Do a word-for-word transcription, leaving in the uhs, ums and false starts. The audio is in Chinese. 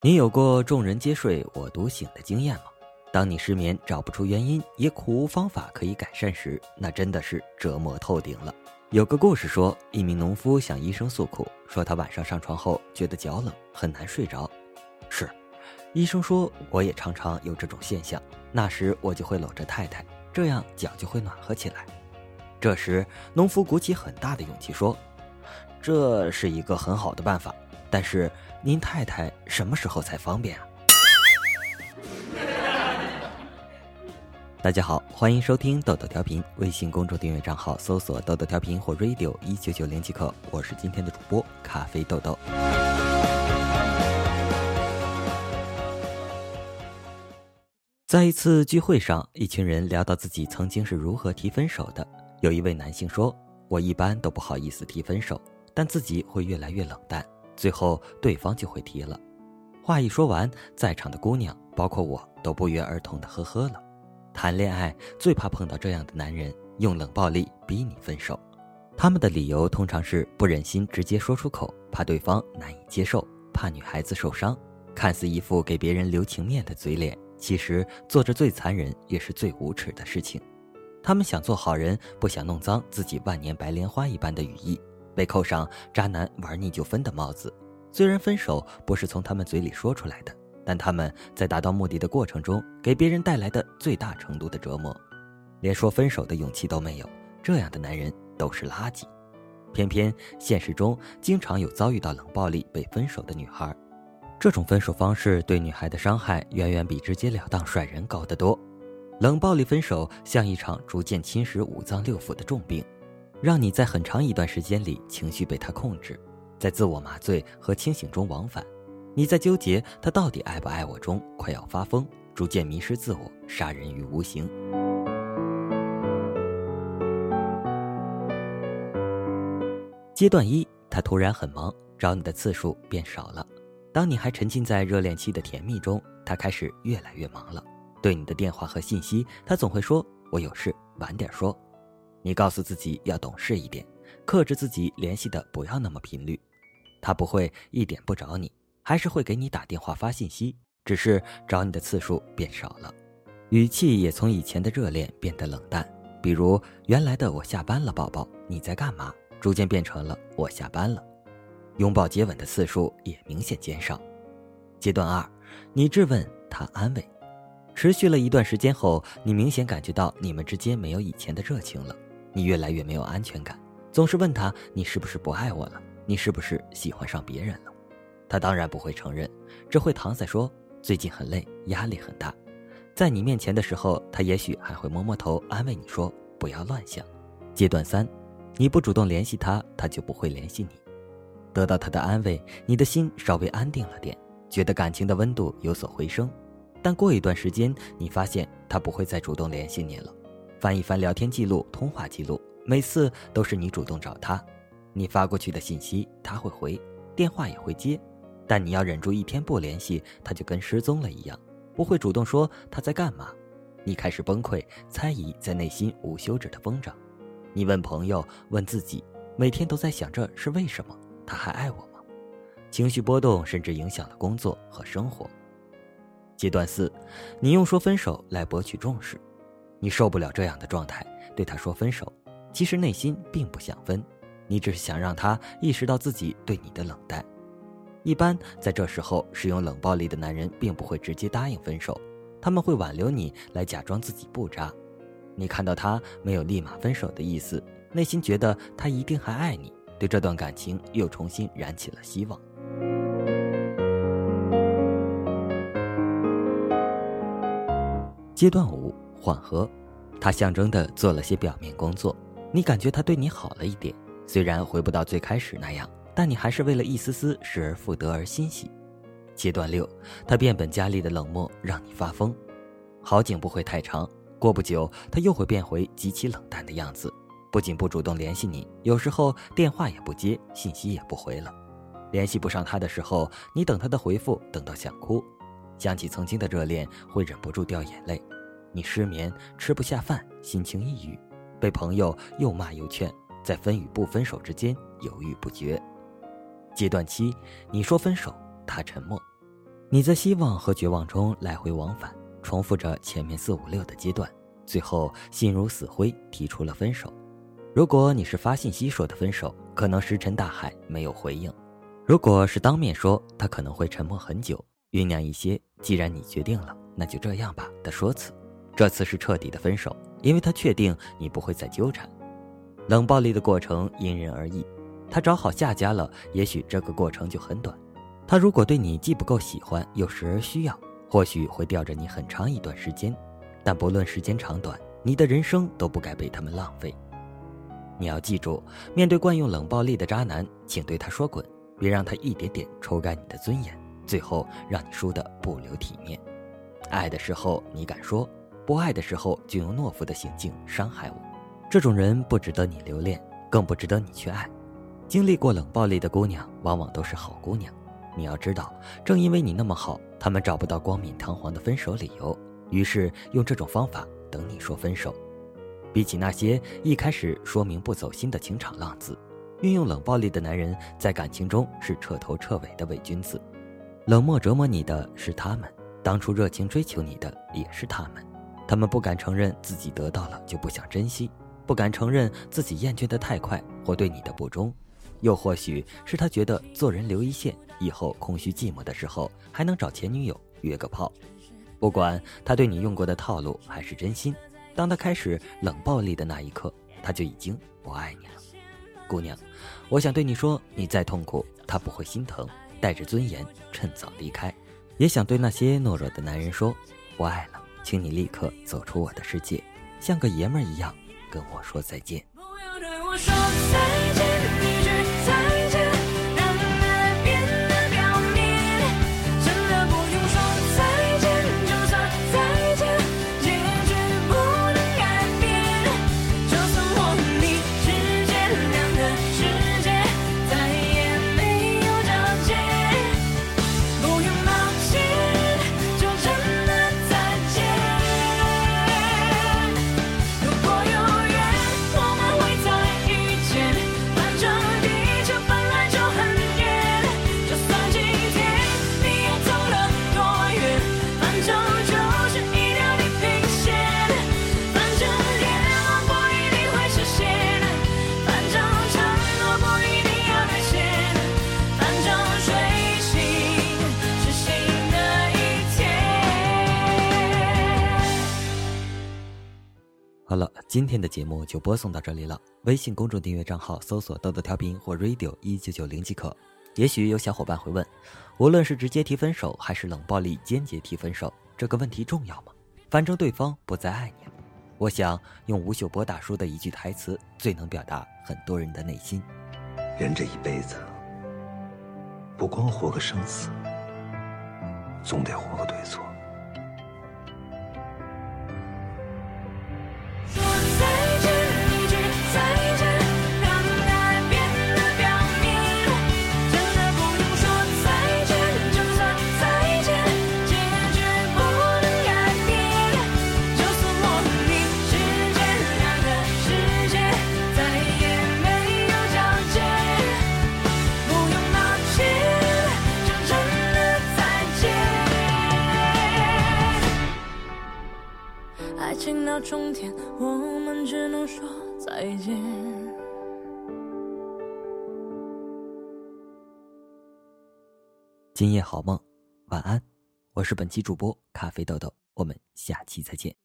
你有过众人皆睡我独醒的经验吗？当你失眠找不出原因，也苦无方法可以改善时，那真的是折磨透顶了。有个故事说，一名农夫向医生诉苦，说他晚上上床后觉得脚冷，很难睡着。是，医生说我也常常有这种现象，那时我就会搂着太太，这样脚就会暖和起来。这时农夫鼓起很大的勇气说，这是一个很好的办法，但是您太太什么时候才方便啊？大家好，欢迎收听豆豆调频，微信公众订阅账号搜索豆豆调频或 radio 一九九零即可。我是今天的主播咖啡豆豆。在一次聚会上，一群人聊到自己曾经是如何提分手的。有一位男性说，我一般都不好意思提分手，但自己会越来越冷淡，最后对方就会提了。话一说完，在场的姑娘包括我都不约而同地呵呵了。谈恋爱最怕碰到这样的男人，用冷暴力逼你分手。他们的理由通常是不忍心直接说出口，怕对方难以接受，怕女孩子受伤，看似一副给别人留情面的嘴脸，其实做着最残忍也是最无耻的事情。他们想做好人，不想弄脏自己万年白莲花一般的羽翼，被扣上渣男玩腻就分的帽子。虽然分手不是从他们嘴里说出来的，但他们在达到目的的过程中，给别人带来的最大程度的折磨，连说分手的勇气都没有，这样的男人都是垃圾。偏偏现实中经常有遭遇到冷暴力被分手的女孩，这种分手方式对女孩的伤害远远比直截了当甩人高得多。冷暴力分手像一场逐渐侵蚀五脏六腑的重病，让你在很长一段时间里情绪被他控制，在自我麻醉和清醒中往返。你在纠结他到底爱不爱我中快要发疯，逐渐迷失自我，杀人于无形。阶段一，他突然很忙，找你的次数变少了。当你还沉浸在热恋期的甜蜜中，他开始越来越忙了。对你的电话和信息，他总会说我有事晚点说。你告诉自己要懂事一点，克制自己联系的不要那么频率。他不会一点不找你，还是会给你打电话发信息，只是找你的次数变少了，语气也从以前的热恋变得冷淡。比如原来的我下班了宝宝你在干嘛，逐渐变成了我下班了。拥抱接吻的次数也明显减少。阶段二，你质问他安慰。持续了一段时间后，你明显感觉到你们之间没有以前的热情了，你越来越没有安全感，总是问他你是不是不爱我了，你是不是喜欢上别人了。他当然不会承认，只会搪塞说最近很累，压力很大。在你面前的时候，他也许还会摸摸头安慰你说不要乱想。阶段三，你不主动联系他，他就不会联系你。得到他的安慰，你的心稍微安定了点，觉得感情的温度有所回升。但过一段时间，你发现他不会再主动联系你了。翻一翻聊天记录、通话记录，每次都是你主动找他，你发过去的信息他会回，电话也会接，但你要忍住一天不联系，他就跟失踪了一样，不会主动说他在干嘛。你开始崩溃，猜疑在内心无休止的疯长。你问朋友，问自己，每天都在想这是为什么，他还爱我吗？情绪波动甚至影响了工作和生活。阶段四，你用说分手来博取重视。你受不了这样的状态，对他说分手，其实内心并不想分，你只是想让他意识到自己对你的冷淡。一般在这时候，使用冷暴力的男人并不会直接答应分手，他们会挽留你来假装自己不渣。你看到他没有立马分手的意思，内心觉得他一定还爱你，对这段感情又重新燃起了希望。阶段五，缓和。他象征地做了些表面工作，你感觉他对你好了一点，虽然回不到最开始那样，但你还是为了一丝丝失而复得而欣喜。阶段六，他变本加厉的冷漠让你发疯。好景不会太长，过不久他又会变回极其冷淡的样子，不仅不主动联系你，有时候电话也不接，信息也不回了。联系不上他的时候，你等他的回复等到想哭，想起曾经的热恋会忍不住掉眼泪。你失眠，吃不下饭，心情抑郁，被朋友又骂又劝，在分与不分手之间犹豫不决。阶段七，你说分手，他沉默。 你在希望和绝望中来回往返，重复着前面四五六的阶段，最后心如死灰，提出了分手。如果你是发信息说的分手，可能石沉大海，没有回应；如果是当面说，他可能会沉默很久，酝酿一些既然你决定了，那就这样吧的说辞。这次是彻底的分手，因为他确定你不会再纠缠。冷暴力的过程因人而异，他找好下家了，也许这个过程就很短。他如果对你既不够喜欢，又时而需要，或许会吊着你很长一段时间，但不论时间长短，你的人生都不该被他们浪费。你要记住，面对惯用冷暴力的渣男，请对他说滚，别让他一点点抽干你的尊严，最后让你输得不留体面。爱的时候你敢说，不爱的时候就用懦夫的行径伤害我，这种人不值得你留恋，更不值得你去爱。经历过冷暴力的姑娘往往都是好姑娘，你要知道，正因为你那么好，他们找不到光冕堂皇的分手理由，于是用这种方法等你说分手。比起那些一开始说明不走心的情场浪子，运用冷暴力的男人在感情中是彻头彻尾的伪君子。冷漠折磨你的是他们，当初热情追求你的也是他们。他们不敢承认自己得到了就不想珍惜，不敢承认自己厌倦得太快或对你的不忠，又或许是他觉得做人留一线，以后空虚寂寞的时候还能找前女友约个炮。不管他对你用过的套路还是真心，当他开始冷暴力的那一刻，他就已经不爱你了。姑娘，我想对你说，你再痛苦他不会心疼，带着尊严趁早离开。也想对那些懦弱的男人说，不爱了，请你立刻走出我的世界，像个爷们儿一样跟我说再见。 不要对我说再见，一句再见让爱变得表面，真的不用说再见，就算再见结局不能改变，就算我和你之间两个世界再也没有交界，不用抱歉，就真的再见。如果有缘我们会再遇见，反正地球本来就很远，就算今天你也走了多远，反正就是一条地平线，反正愿望不一定会实现，反正承诺不一定要兑现，反正睡醒是新的一天。 好了，今天的节目就播送到这里了。微信公众订阅账号搜索豆豆调频或 radio 一九九零即可。也许有小伙伴会问，无论是直接提分手还是冷暴力间接提分手，这个问题重要吗？反正对方不再爱你了。我想用吴秀波大叔的一句台词最能表达很多人的内心。 人这一辈子，不光活个生死，总得活个对错。 说再见，一句再见让爱变得表面，真的不用说再见，就算再见结局不能改变，就算我和你之间两个世界再也没有交界，不用抱歉，就真的再见。爱情到终点，我们只能说再见。 今夜好梦，晚安。我是本期主播咖啡豆豆，我们下期再见。